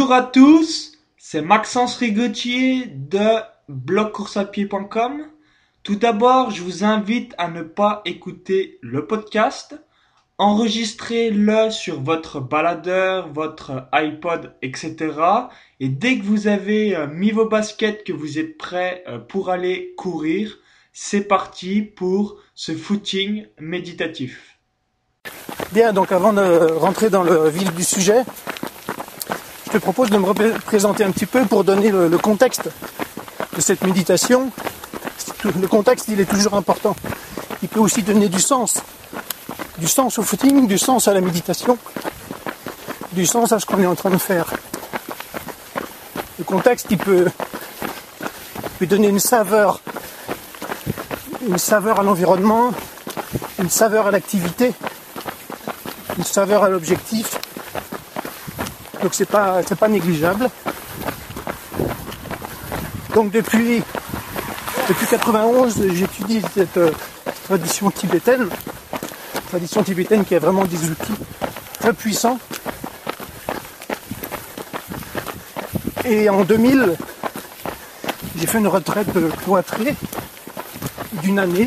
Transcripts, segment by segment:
Bonjour à tous, c'est Maxence Rigotier de blogcourseapied.com. Tout d'abord, je vous invite à ne pas écouter le podcast. Enregistrez-le sur votre baladeur, votre iPod, etc. Et dès que vous avez mis vos baskets, que vous êtes prêts pour aller courir, c'est parti pour ce footing méditatif. Bien, donc avant de rentrer dans le vif du sujet, je te propose de me représenter un petit peu pour donner le contexte de cette méditation. Le contexte, il est toujours important. Il peut aussi donner du sens au footing, du sens à la méditation, du sens à ce qu'on est en train de faire. Le contexte, il peut donner une saveur à l'environnement, une saveur à l'activité, une saveur à l'objectif. Donc c'est pas négligeable. Donc depuis 91, j'étudie cette tradition tibétaine qui a vraiment des outils très puissants. Et en 2000, j'ai fait une retraite cloîtrée d'une année.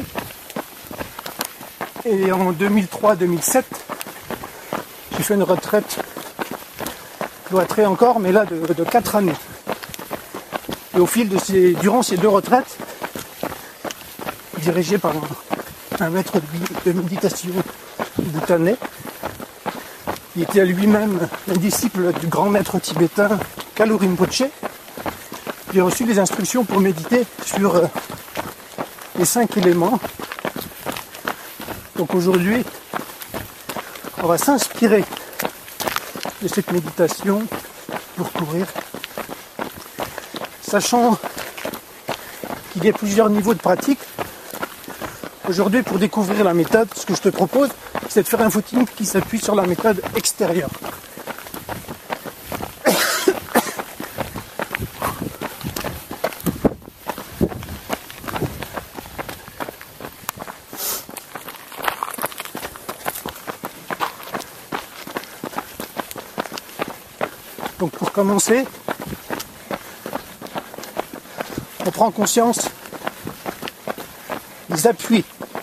Et en 2003-2007, j'ai fait une retraite cloîtrée encore, mais là de 4 années. Et au fil durant ces 2 retraites, dirigées par un maître de méditation bhoutanais, il était à lui-même un disciple du grand maître tibétain Kalu Rinpoche. J'ai reçu des instructions pour méditer sur les 5 éléments. Donc aujourd'hui, on va s'inspirer de cette méditation pour courir, sachant qu'il y a plusieurs niveaux de pratique. Aujourd'hui, pour découvrir la méthode, ce que je te propose, c'est de faire un footing qui s'appuie sur la méthode extérieure. Donc pour commencer, on prend conscience des appuis.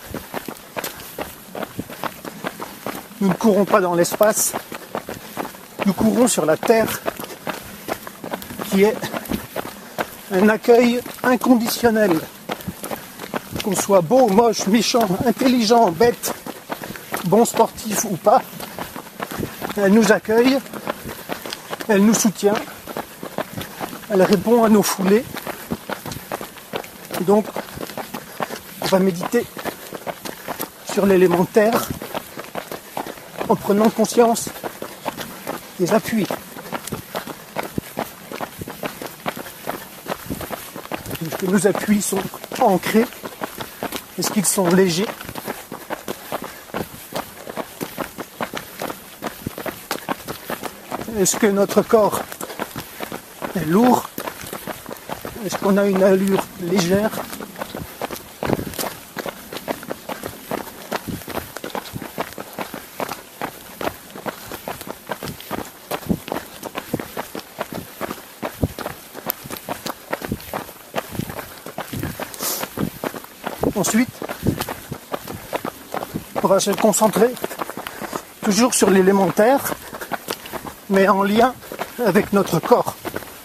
Nous ne courons pas dans l'espace, nous courons sur la terre qui est un accueil inconditionnel. Qu'on soit beau, moche, méchant, intelligent, bête, bon sportif ou pas, elle nous accueille, elle nous soutient, elle répond à nos foulées. Et donc, on va méditer sur l'élément terre en prenant conscience des appuis. Est-ce que nos appuis sont ancrés? Est-ce qu'ils sont légers? Est-ce que notre corps est lourd? Est-ce qu'on a une allure légère? Ensuite, on va se concentrer toujours sur l'élémentaire, mais en lien avec notre corps.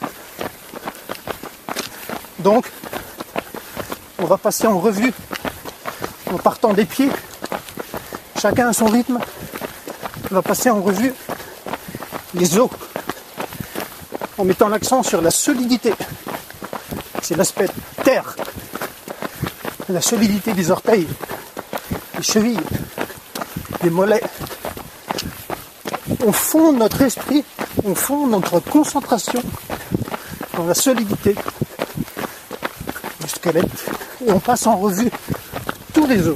Donc, on va passer en revue, en partant des pieds, chacun à son rythme, on va passer en revue les os, en mettant l'accent sur la solidité. C'est l'aspect terre, la solidité des orteils, des chevilles, des mollets. On fonde notre esprit, on fonde notre concentration dans la solidité du squelette et on passe en revue tous les os.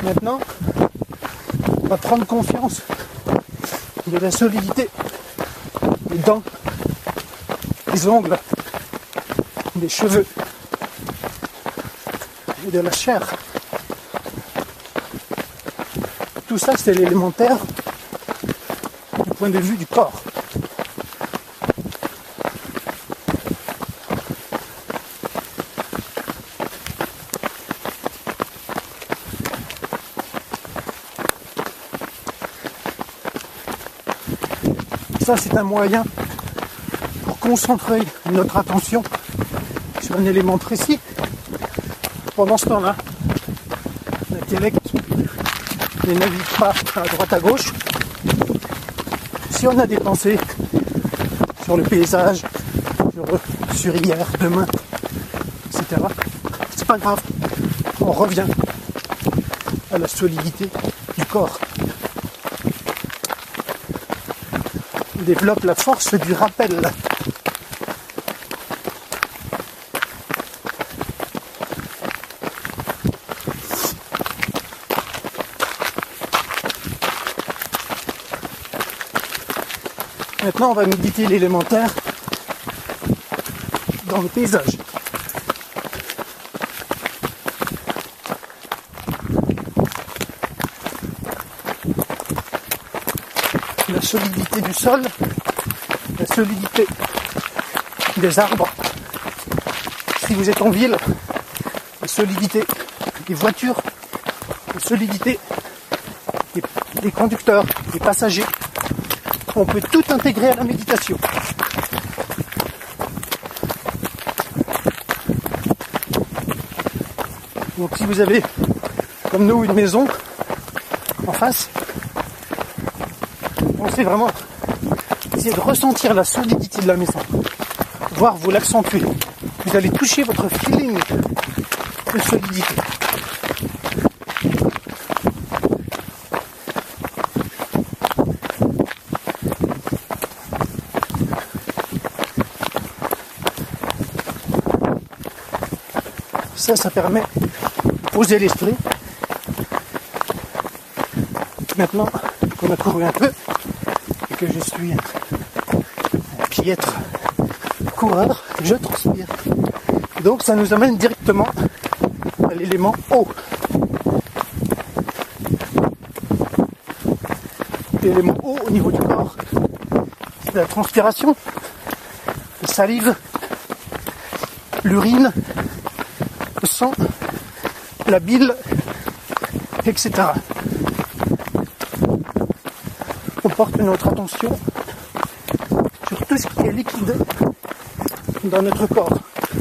Maintenant, on va prendre confiance de la solidité des dents, des ongles, des cheveux et de la chair. Tout ça, c'est l'élémentaire du point de vue du corps. Ça, c'est un moyen pour concentrer notre attention sur un élément précis. Pendant ce temps-là, l'intellect ne navigue pas à droite à gauche. Si on a des pensées sur le paysage, sur hier, demain, etc., c'est pas grave. On revient à la solidité du corps. On développe la force du rappel. Maintenant, on va méditer l'élémentaire dans le paysage. La solidité du sol, la solidité des arbres. Si vous êtes en ville, la solidité des voitures, la solidité des conducteurs, des passagers. On peut tout intégrer à la méditation. Donc si vous avez, comme nous, une maison en face, pensez vraiment essayer de ressentir la solidité de la maison, voire vous l'accentuer. Vous allez toucher votre feeling de solidité. Ça permet de poser l'esprit. Maintenant qu'on a couru un peu et que je suis un piètre coureur, je transpire. Donc ça nous amène directement à l'élément eau. L'élément eau au niveau du corps, c'est la transpiration, la salive, l'urine, le sang, la bile, etc. On porte notre attention sur tout ce qui est liquide dans notre corps.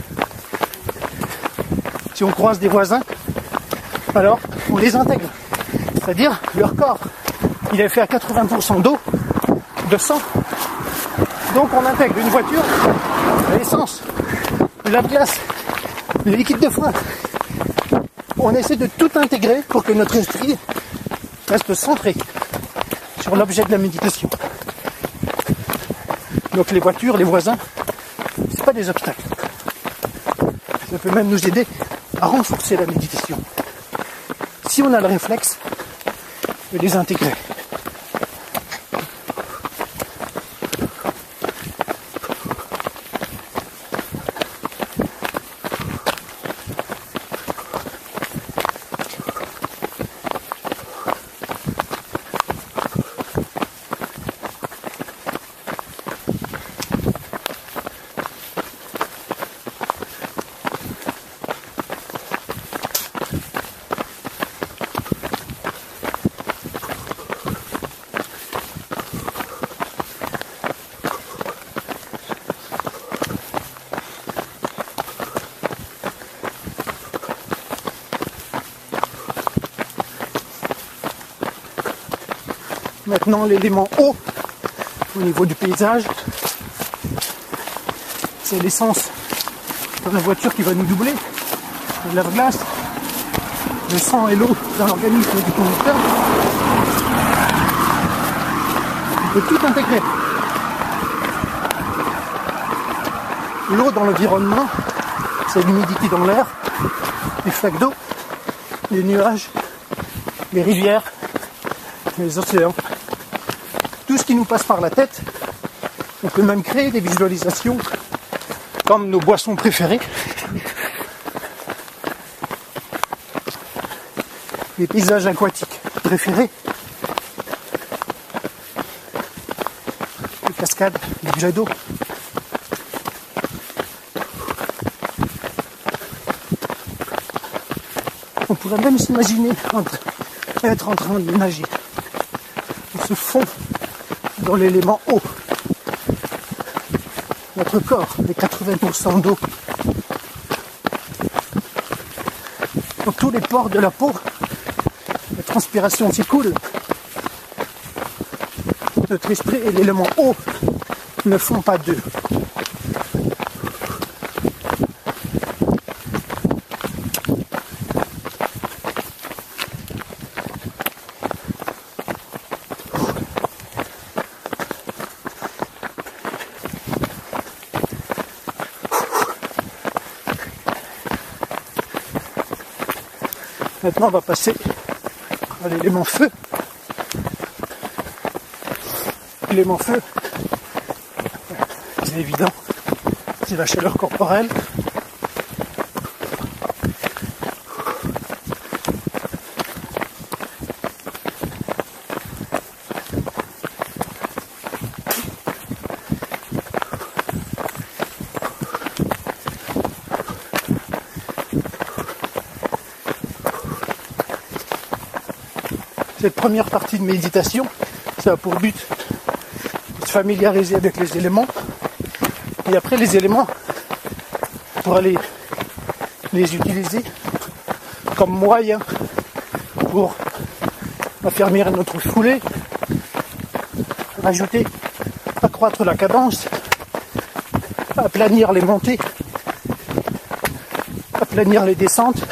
Si on croise des voisins, alors on les intègre. C'est-à-dire leur corps, il est fait à 80% d'eau, de sang. Donc on intègre une voiture, l'essence, la glace, le liquide de frein. On essaie de tout intégrer pour que notre esprit reste centré sur l'objet de la méditation. Donc les voitures, les voisins, c'est pas des obstacles. Ça peut même nous aider à renforcer la méditation. Si on a le réflexe de les intégrer. Maintenant, l'élément eau au niveau du paysage, c'est l'essence dans la voiture qui va nous doubler, le lave-glace, le sang et l'eau dans l'organisme du conducteur. On peut tout intégrer. L'eau dans l'environnement, c'est l'humidité dans l'air, les flaques d'eau, les nuages, les rivières, les océans, tout ce qui nous passe par la tête. On peut même créer des visualisations comme nos boissons préférées, les paysages aquatiques préférés, les cascades, les jets d'eau. On pourrait même s'imaginer être en train de nager. On se fond dans l'élément eau. Notre corps est 80% d'eau. Dans tous les pores de la peau, la transpiration s'écoule. Notre esprit et l'élément eau ne font pas deux. Maintenant, on va passer à l'élément feu. L'élément feu, c'est évident, c'est la chaleur corporelle. Cette première partie de méditation, ça a pour but de se familiariser avec les éléments. Et après les éléments, pour aller les utiliser comme moyen pour affermir notre foulée, ajouter, accroître la cadence, aplanir les montées, aplanir les descentes.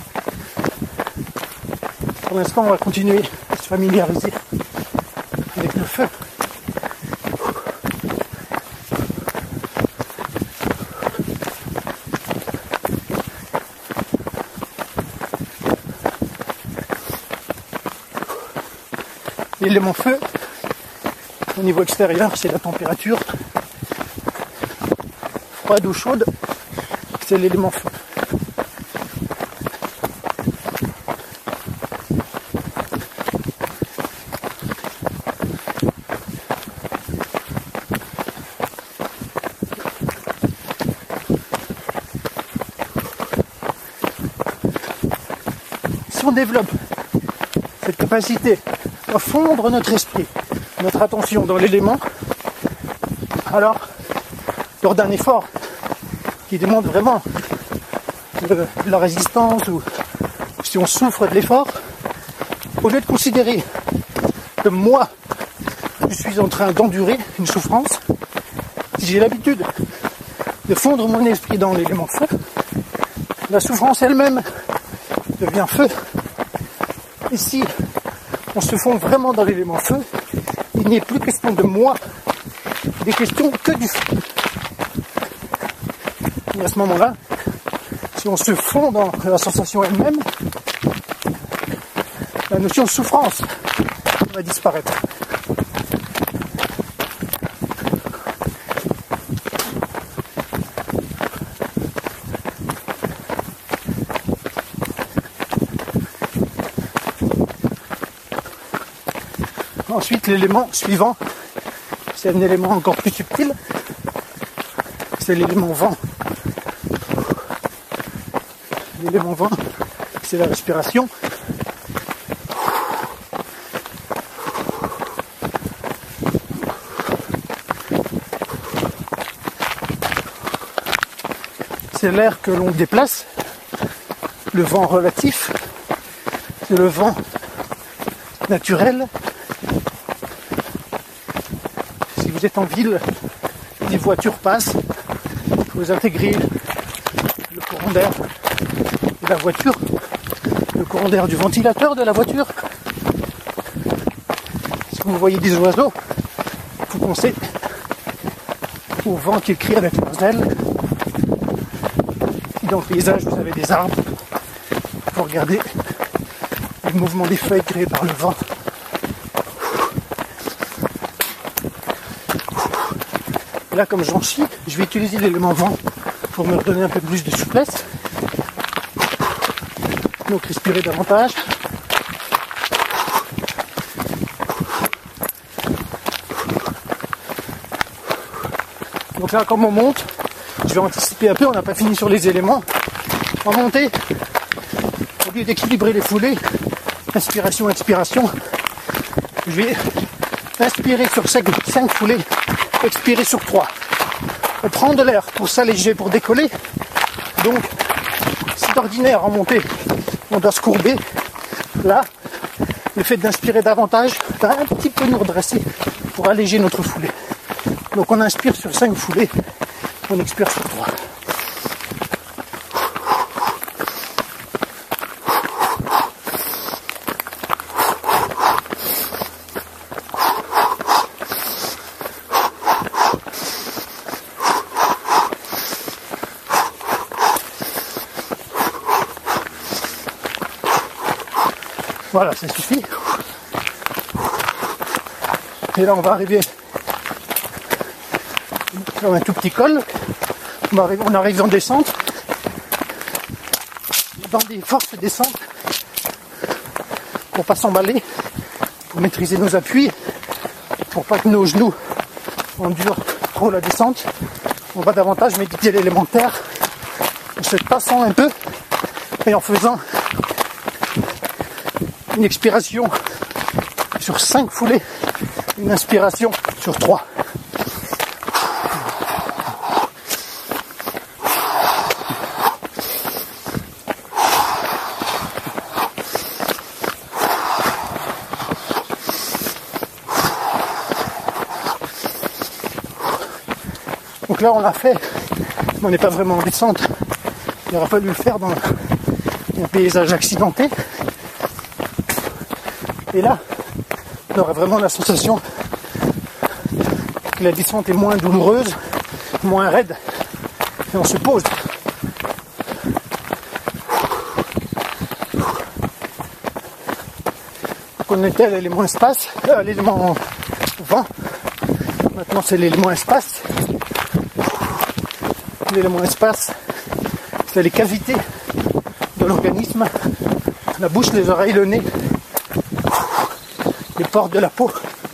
Pour l'instant, on va continuer à se familiariser avec le feu. L'élément feu, au niveau extérieur, c'est la température. Froide ou chaude, c'est l'élément feu. Si on développe cette capacité à fondre notre esprit, notre attention dans l'élément, alors lors d'un effort qui demande vraiment de la résistance, ou si on souffre de l'effort, au lieu de considérer que moi je suis en train d'endurer une souffrance, si j'ai l'habitude de fondre mon esprit dans l'élément feu, la souffrance elle-même devient feu. Et si on se fond vraiment dans l'élément feu, il n'est plus question de moi, il est question que du feu. Et à ce moment-là, si on se fond dans la sensation elle-même, la notion de souffrance va disparaître. Ensuite, l'élément suivant, c'est un élément encore plus subtil, c'est l'élément vent. L'élément vent, c'est la respiration. C'est l'air que l'on déplace, le vent relatif, c'est le vent naturel. Si vous êtes en ville, des voitures passent, vous intégrez le courant d'air de la voiture, le courant d'air du ventilateur de la voiture. Si vous voyez des oiseaux, vous pensez au vent qui crie avec leurs ailes. Si dans le paysage vous avez des arbres, vous regardez le mouvement des feuilles créé par le vent. Et là, comme j'en chie, je vais utiliser l'élément vent pour me redonner un peu plus de souplesse. Donc respirer davantage. Donc là, comme on monte, je vais anticiper un peu, on n'a pas fini sur les éléments. En montée, au lieu d'équilibrer les foulées, inspiration, expiration, je vais inspirer sur 5 foulées, expirer sur 3. On prend de l'air pour s'alléger, pour décoller. Donc, si d'ordinaire en montée, on doit se courber, là, le fait d'inspirer davantage va un petit peu nous redresser pour alléger notre foulée. Donc on inspire sur 5 foulées, on expire sur 3. Voilà, ça suffit. Et là, on va arriver sur un tout petit col. On arrive en descente. Dans des fortes descentes. Pour pas s'emballer. Pour maîtriser nos appuis. Pour pas que nos genoux endurent trop la descente. On va davantage méditer l'élémentaire. En se tassant un peu. Et en faisant une expiration sur 5 foulées, une inspiration sur 3. Donc là on l'a fait, mais on n'est pas vraiment en descente. Il aurait fallu le faire dans un paysage accidenté. Et là, on aurait vraiment la sensation que la descente est moins douloureuse, moins raide, et on se pose. Donc on était à l'élément espace, l'élément vent. Maintenant c'est l'élément espace. L'élément espace, c'est les cavités de l'organisme, la bouche, les oreilles, le nez, les pores de la peau.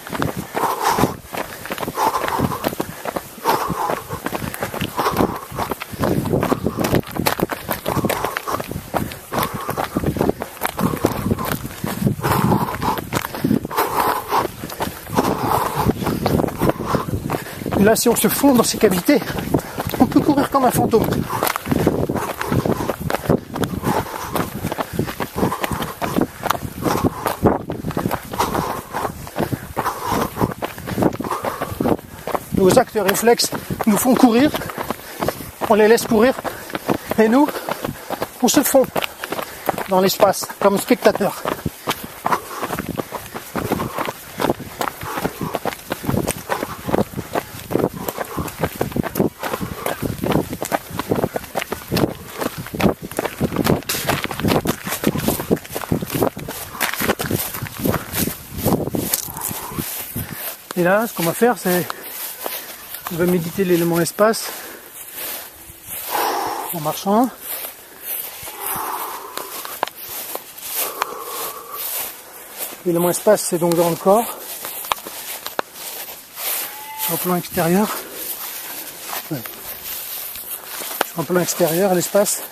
Et là, si on se fond dans ces cavités, on peut courir comme un fantôme. Nos actes réflexes nous font courir, on les laisse courir, et nous, on se fond dans l'espace comme spectateur. Et là, ce qu'on va faire, c'est on va méditer l'élément espace en marchant. L'élément espace, c'est donc dans le corps, sur le plan extérieur. Ouais. Sur le plan extérieur, l'espace,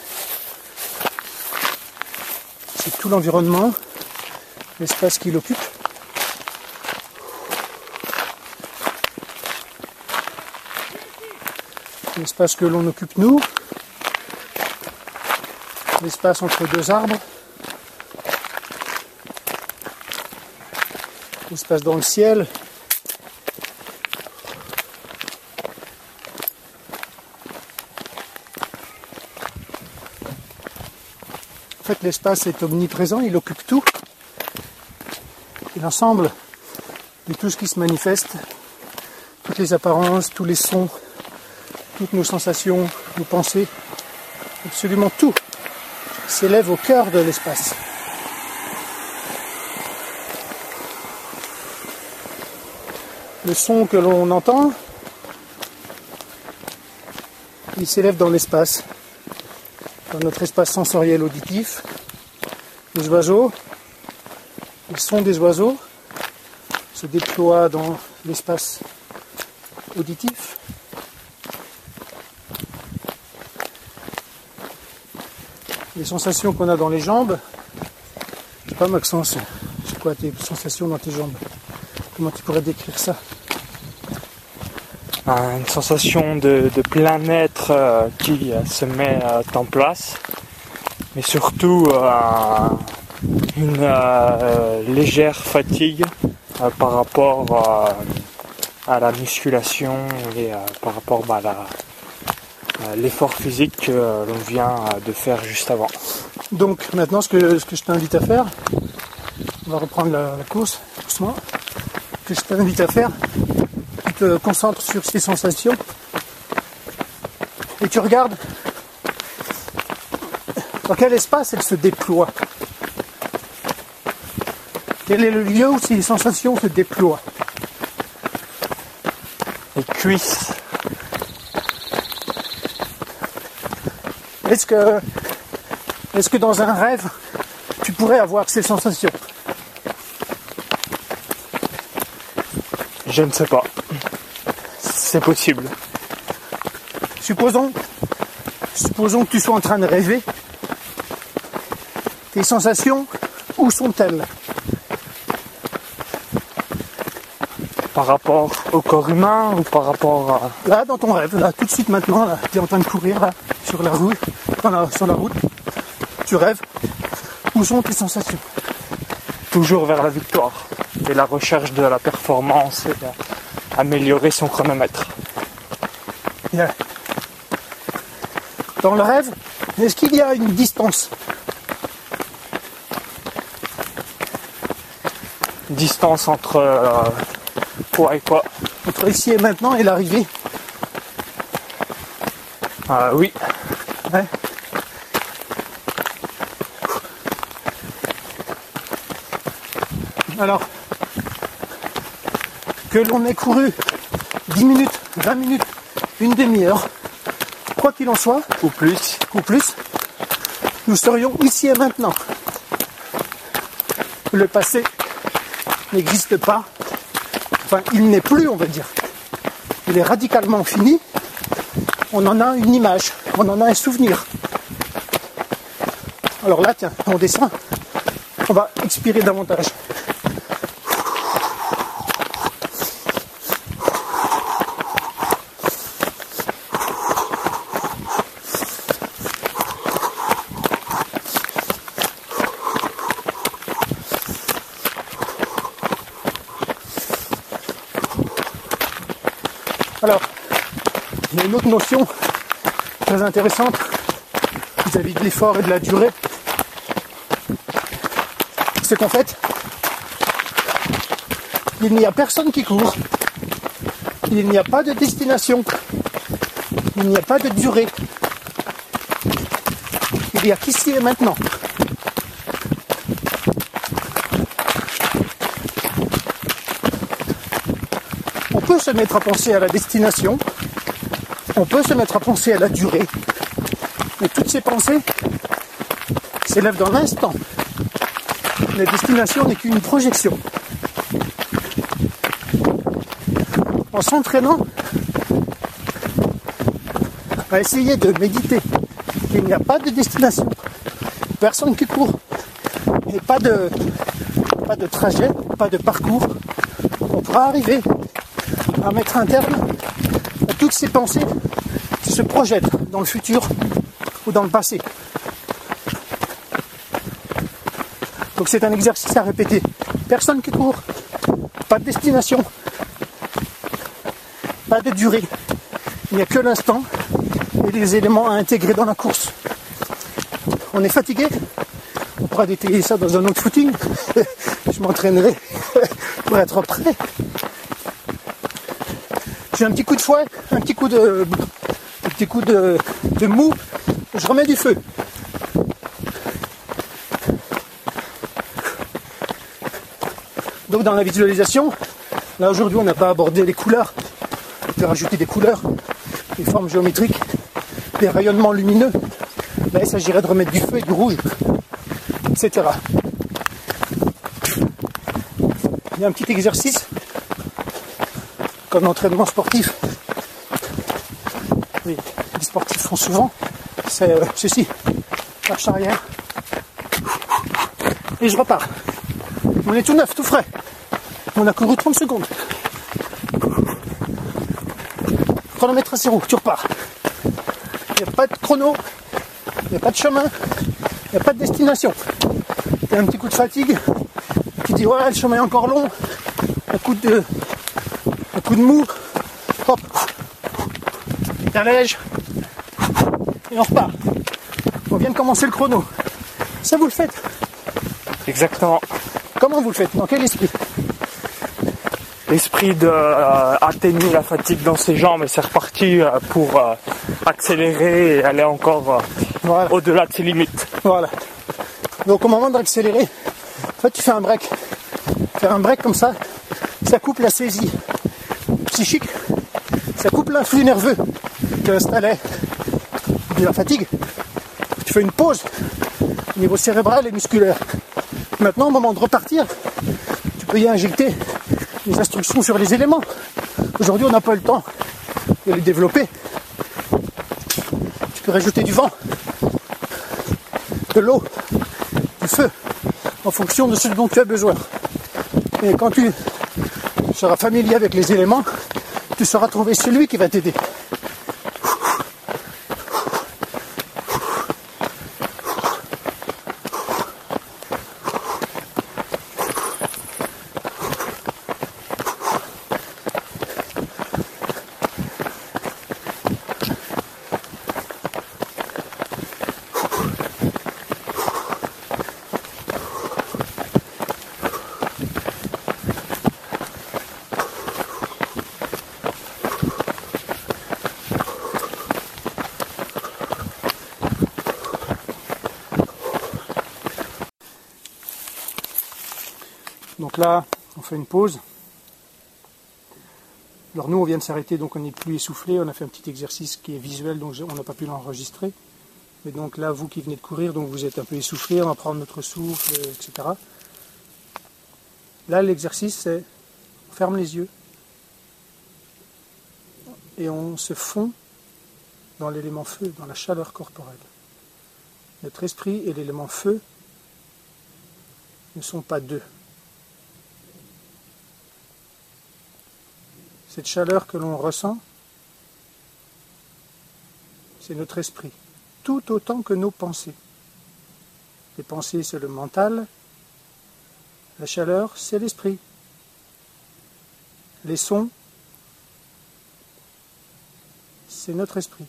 c'est tout l'environnement, l'espace qui l'occupe. L'espace que l'on occupe nous, l'espace entre deux arbres, l'espace dans le ciel, en fait l'espace est omniprésent, il occupe tout, et l'ensemble de tout ce qui se manifeste, toutes les apparences, tous les sons, toutes nos sensations, nos pensées, absolument tout s'élève au cœur de l'espace. le son que l'on entend, il s'élève dans l'espace, dans notre espace sensoriel auditif. Les oiseaux, le son des oiseaux se déploie dans l'espace auditif. Les sensations qu'on a dans les jambes, je sais pas Maxence, c'est quoi tes sensations dans tes jambes? Comment tu pourrais décrire ça? Une sensation de plein-être qui se met en place, mais surtout une légère fatigue par rapport à la musculation et par rapport à l'effort physique que l'on vient de faire juste avant. Donc maintenant ce que je t'invite à faire, on va reprendre la course doucement, ce que je t'invite à faire, tu te concentres sur ces sensations et tu regardes dans quel espace elles se déploient. Quel est le lieu où ces sensations se déploient? Les cuisses. Est-ce que dans un rêve, tu pourrais avoir ces sensations? Je ne sais pas. C'est possible. Supposons que tu sois en train de rêver. Tes sensations, où sont-elles? Par rapport au corps humain ou par rapport à... Là, dans ton rêve, là, tout de suite maintenant, là, tu es en train de courir là, sur la route, tu rêves. Où sont tes sensations? Toujours vers la victoire et la recherche de la performance et d'améliorer son chronomètre. Bien. Dans le rêve, est-ce qu'il y a une distance? Distance entre quoi et quoi? Entre ici et maintenant et l'arrivée? Oui. Ouais. Alors, que l'on ait couru 10 minutes, 20 minutes, une demi-heure, quoi qu'il en soit, Ou plus. nous serions ici et maintenant. Le passé n'existe pas. Enfin, il n'est plus, on va dire. Il est radicalement fini. On en a une image, on en a un souvenir. Alors là, tiens, on descend. On va expirer davantage. Alors, il y a une autre notion très intéressante vis-à-vis de l'effort et de la durée. C'est qu'en fait, il n'y a personne qui court. Il n'y a pas de destination. Il n'y a pas de durée. Il n'y a qu'ici et maintenant. On peut se mettre à penser à la destination, on peut se mettre à penser à la durée, mais toutes ces pensées s'élèvent dans l'instant. La destination n'est qu'une projection. En s'entraînant à essayer de méditer qu'il n'y a pas de destination, personne qui court, et pas de trajet, pas de parcours, on pourra arriver à mettre un terme à toutes ces pensées qui se projettent dans le futur ou dans le passé. Donc c'est un exercice à répéter. Personne qui court, pas de destination, pas de durée. Il n'y a que l'instant et les éléments à intégrer dans la course. On est fatigué, on pourra détailler ça dans un autre footing. Je m'entraînerai pour être prêt. J'ai un petit coup de fouet, un petit coup de mou, je remets du feu. Donc dans la visualisation, Là aujourd'hui on n'a pas abordé les couleurs, on peut rajouter des couleurs, des formes géométriques, des rayonnements lumineux. Là il s'agirait de remettre du feu et du rouge, etc. Il y a un petit exercice, comme l'entraînement sportif, les sportifs font souvent, c'est ceci, marche arrière, et je repars. On est tout neuf, tout frais. On a couru 30 secondes. Chronomètre à 0, tu repars. Il n'y a pas de chrono, il n'y a pas de chemin, il n'y a pas de destination. Il y a un petit coup de fatigue, tu dis ouais le chemin est encore long, un coup de mou, hop, t'allèges, et on repart. On vient de commencer le chrono. Ça vous le faites? Exactement. Comment vous le faites? Dans quel esprit? L'esprit de atténuer la fatigue dans ses jambes et c'est reparti pour accélérer et aller encore Voilà. au-delà de ses limites. Voilà. Donc au moment d'accélérer, en fait tu fais un break. Faire un break comme ça coupe la saisie psychique, ça coupe l'influx nerveux qui installait de la fatigue. Tu fais une pause au niveau cérébral et musculaire. Maintenant, au moment de repartir, tu peux y injecter des instructions sur les éléments. Aujourd'hui, on n'a pas le temps de les développer. Tu peux rajouter du vent, de l'eau, du feu, en fonction de ce dont tu as besoin. Et quand tu seras familier avec les éléments, tu sauras trouver celui qui va t'aider. Donc là, on fait une pause. Alors nous, on vient de s'arrêter, donc on n'est plus essoufflé. On a fait un petit exercice qui est visuel, donc on n'a pas pu l'enregistrer. Et donc là, vous qui venez de courir, donc vous êtes un peu essoufflé, on va prendre notre souffle, etc. Là, l'exercice, c'est on ferme les yeux et on se fond dans l'élément feu, dans la chaleur corporelle. Notre esprit et l'élément feu ne sont pas deux. Cette chaleur que l'on ressent, c'est notre esprit, tout autant que nos pensées. Les pensées, c'est le mental. La chaleur, c'est l'esprit. Les sons, c'est notre esprit.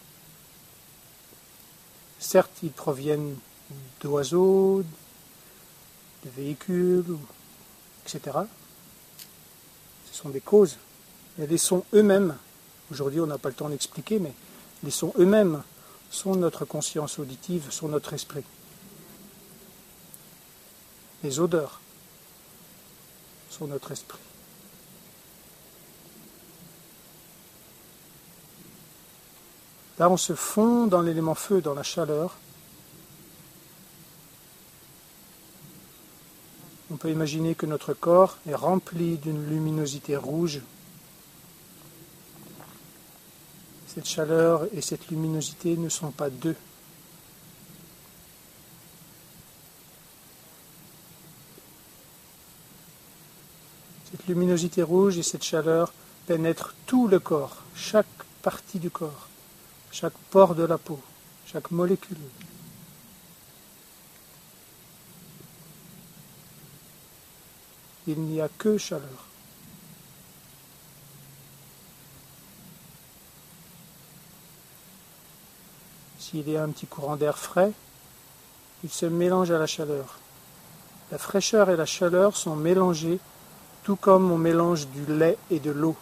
Certes, ils proviennent d'oiseaux, de véhicules, etc. Ce sont des causes. Et les sons eux-mêmes, aujourd'hui on n'a pas le temps d'expliquer, mais les sons eux-mêmes sont notre conscience auditive, sont notre esprit. Les odeurs sont notre esprit. Là on se fond dans l'élément feu, dans la chaleur. On peut imaginer que notre corps est rempli d'une luminosité rouge. Cette chaleur et cette luminosité ne sont pas deux. Cette luminosité rouge et cette chaleur pénètrent tout le corps, chaque partie du corps, chaque pore de la peau, chaque molécule. Il n'y a que chaleur. S'il y a un petit courant d'air frais, il se mélange à la chaleur. La fraîcheur et la chaleur sont mélangées, tout comme on mélange du lait et de l'eau.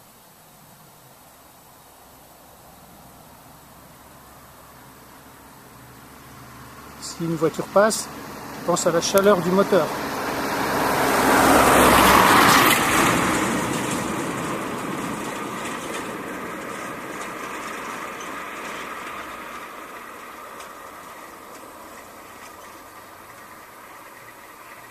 Si une voiture passe, pense à la chaleur du moteur.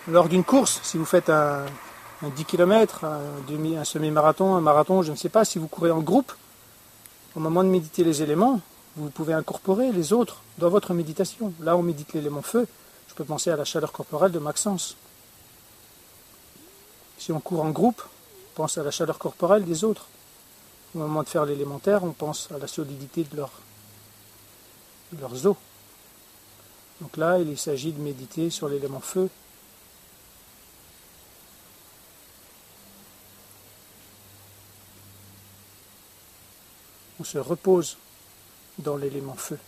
Lors d'une course, si vous faites un 10 km, un semi-marathon, un marathon, je ne sais pas, si vous courez en groupe, au moment de méditer les éléments, vous pouvez incorporer les autres dans votre méditation. Là, on médite l'élément feu, je peux penser à la chaleur corporelle de Maxence. Si on court en groupe, on pense à la chaleur corporelle des autres. Au moment de faire l'élémentaire, on pense à la solidité de leurs os. Donc là, il s'agit de méditer sur l'élément feu. On se repose dans l'élément feu.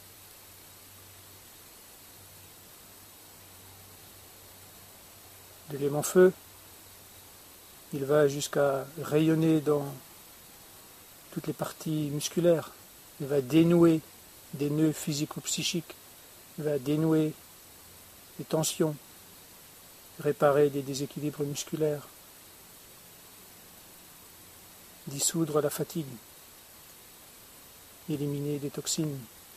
L'élément feu, il va jusqu'à rayonner dans toutes les parties musculaires. Il va dénouer des nœuds physico-psychiques. Il va dénouer les tensions, réparer des déséquilibres musculaires, dissoudre la fatigue, éliminer des toxines.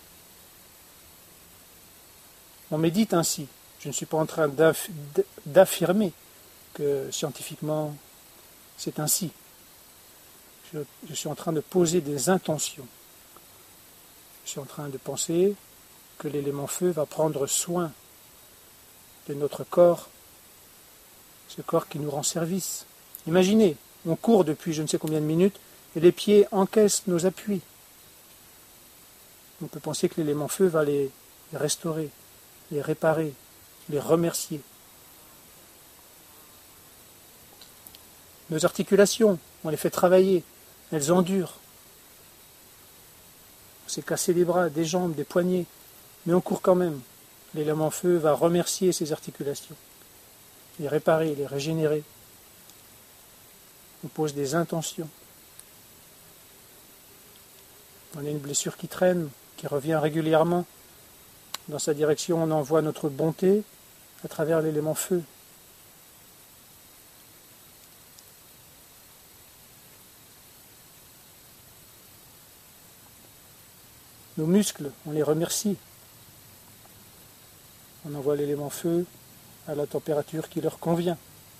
On médite ainsi. Je ne suis pas en train d'affirmer que scientifiquement c'est ainsi. Je suis en train de poser des intentions. Je suis en train de penser que l'élément feu va prendre soin de notre corps, ce corps qui nous rend service. Imaginez, on court depuis je ne sais combien de minutes et les pieds encaissent nos appuis. On peut penser que l'élément feu va les restaurer, les réparer, les remercier. Nos articulations, on les fait travailler, elles endurent. On s'est cassé les bras, des jambes, des poignets, mais on court quand même. L'élément feu va remercier ces articulations, les réparer, les régénérer. On pose des intentions. On a une blessure qui traîne, qui revient régulièrement. Dans sa direction, on envoie notre bonté à travers l'élément feu. Nos muscles, on les remercie. On envoie l'élément feu à la température qui leur convient.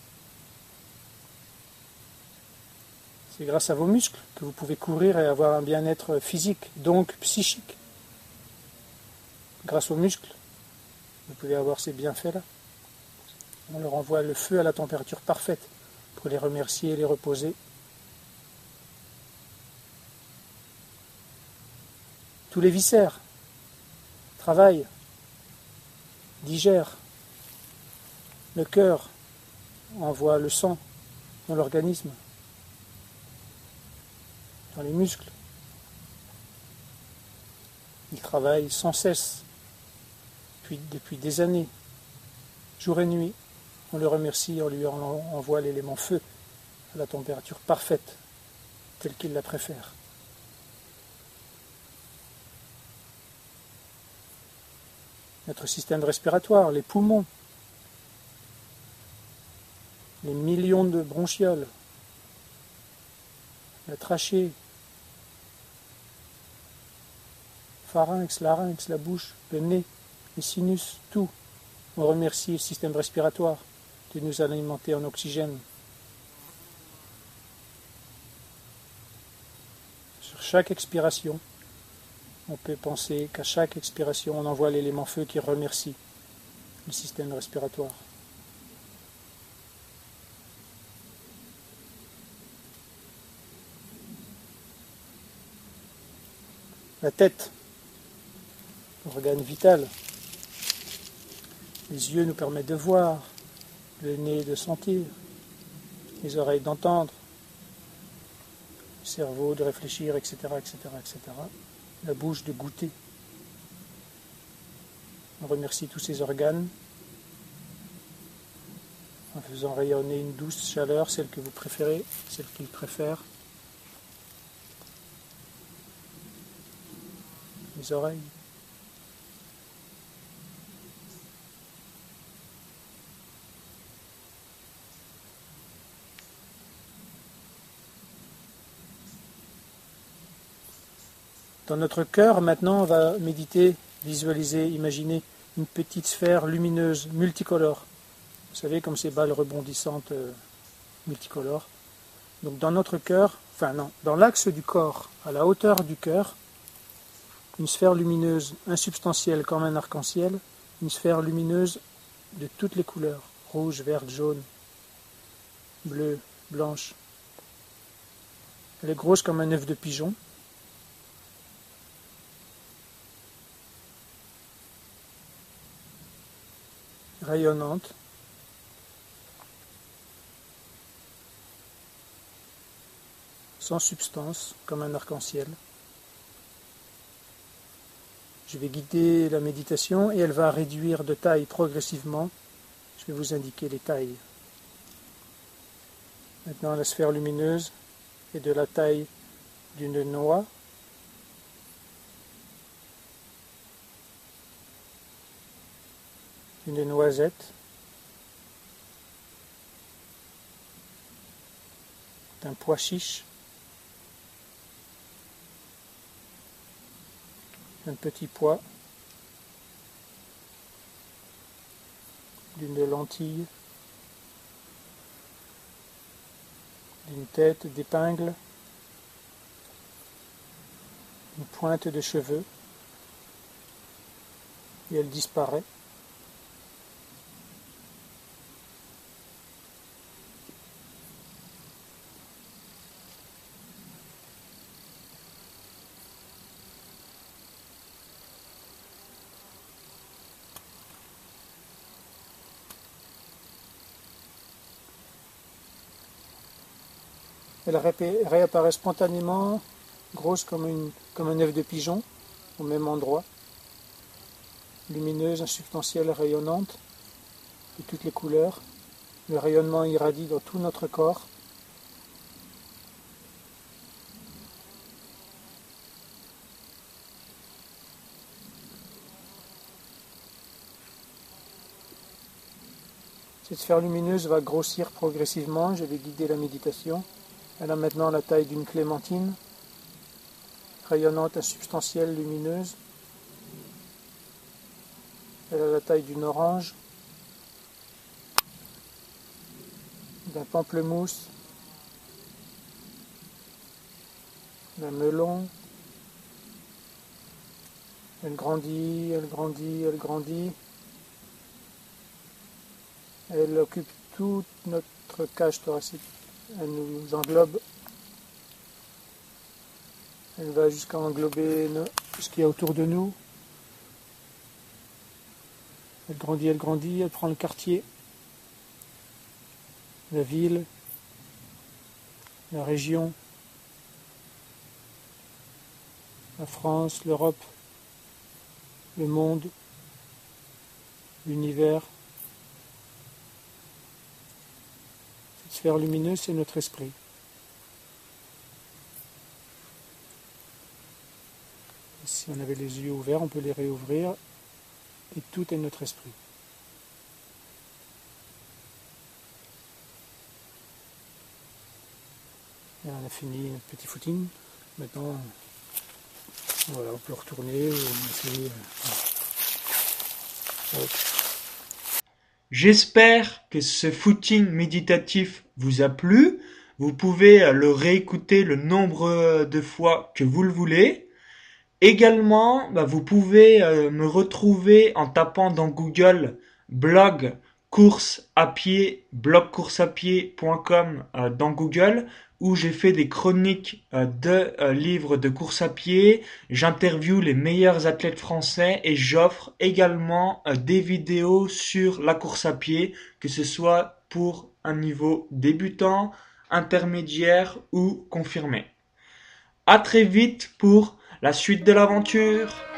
C'est grâce à vos muscles que vous pouvez courir et avoir un bien-être physique, donc psychique. Grâce aux muscles, vous pouvez avoir ces bienfaits-là. On leur envoie le feu à la température parfaite pour les remercier et les reposer. Tous les viscères travaillent, digèrent. Le cœur envoie le sang dans l'organisme, dans les muscles. Il travaille sans cesse depuis des années, jour et nuit. On le remercie, on lui envoie l'élément feu à la température parfaite, telle qu'il la préfère. Notre système respiratoire, les poumons, les millions de bronchioles, la trachée, pharynx, larynx, la bouche, le nez, les sinus, tout. On remercie le système respiratoire de nous alimenter en oxygène. Sur chaque expiration, on peut penser qu'à chaque expiration, on envoie l'élément feu qui remercie le système respiratoire. La tête, organe vital. Les yeux nous permettent de voir, le nez de sentir, les oreilles d'entendre, le cerveau de réfléchir, etc., etc., etc. La bouche de goûter. On remercie tous ces organes en faisant rayonner une douce chaleur, celle que vous préférez, celle qu'ils préfèrent. Les oreilles. Dans notre cœur, maintenant, on va méditer, visualiser, imaginer une petite sphère lumineuse, multicolore, Vous savez, comme ces balles rebondissantes multicolores. Donc dans notre cœur, dans l'axe du corps, à la hauteur du cœur, une sphère lumineuse insubstantielle comme un arc-en-ciel, une sphère lumineuse de toutes les couleurs, rouge, verte, jaune, bleu, blanche. Elle est grosse comme un œuf de pigeon. Rayonnante. Sans substance, comme un arc-en-ciel. Je vais guider la méditation et elle va réduire de taille progressivement. Je vais vous indiquer les tailles. Maintenant, la sphère lumineuse est de la taille d'une noix. D'une noisette. D'un pois chiche. Un petit pois, d'une lentille, d'une tête d'épingle, une pointe de cheveux, et elle disparaît. Elle réapparaît spontanément, grosse comme un œuf de pigeon, au même endroit, lumineuse, insubstantielle, rayonnante, de toutes les couleurs. Le rayonnement irradie dans tout notre corps. Cette sphère lumineuse va grossir progressivement, je vais guider la méditation. Elle a maintenant la taille d'une clémentine, rayonnante, insubstantielle, lumineuse. Elle a la taille d'une orange, d'un pamplemousse, d'un melon. Elle grandit, elle grandit, elle grandit. Elle occupe toute notre cage thoracique. Elle nous englobe. Elle va jusqu'à englober ce qu'il y a autour de nous. Elle grandit, elle prend le quartier, la ville, la région, la France, l'Europe, le monde, l'univers. Cette sphère lumineuse, c'est notre esprit. Si on avait les yeux ouverts, on peut les réouvrir. Et tout est notre esprit. Et on a fini notre petit footing. Maintenant, voilà, on peut retourner. J'espère que ce footing méditatif vous a plu. Vous pouvez le réécouter le nombre de fois que vous le voulez. Également, vous pouvez me retrouver en tapant dans Google blog course à pied, blogcourseapied.com dans Google, où j'ai fait des chroniques de livres de course à pied. J'interviewe les meilleurs athlètes français et j'offre également des vidéos sur la course à pied, que ce soit pour un niveau débutant, intermédiaire ou confirmé. À très vite pour la suite de l'aventure.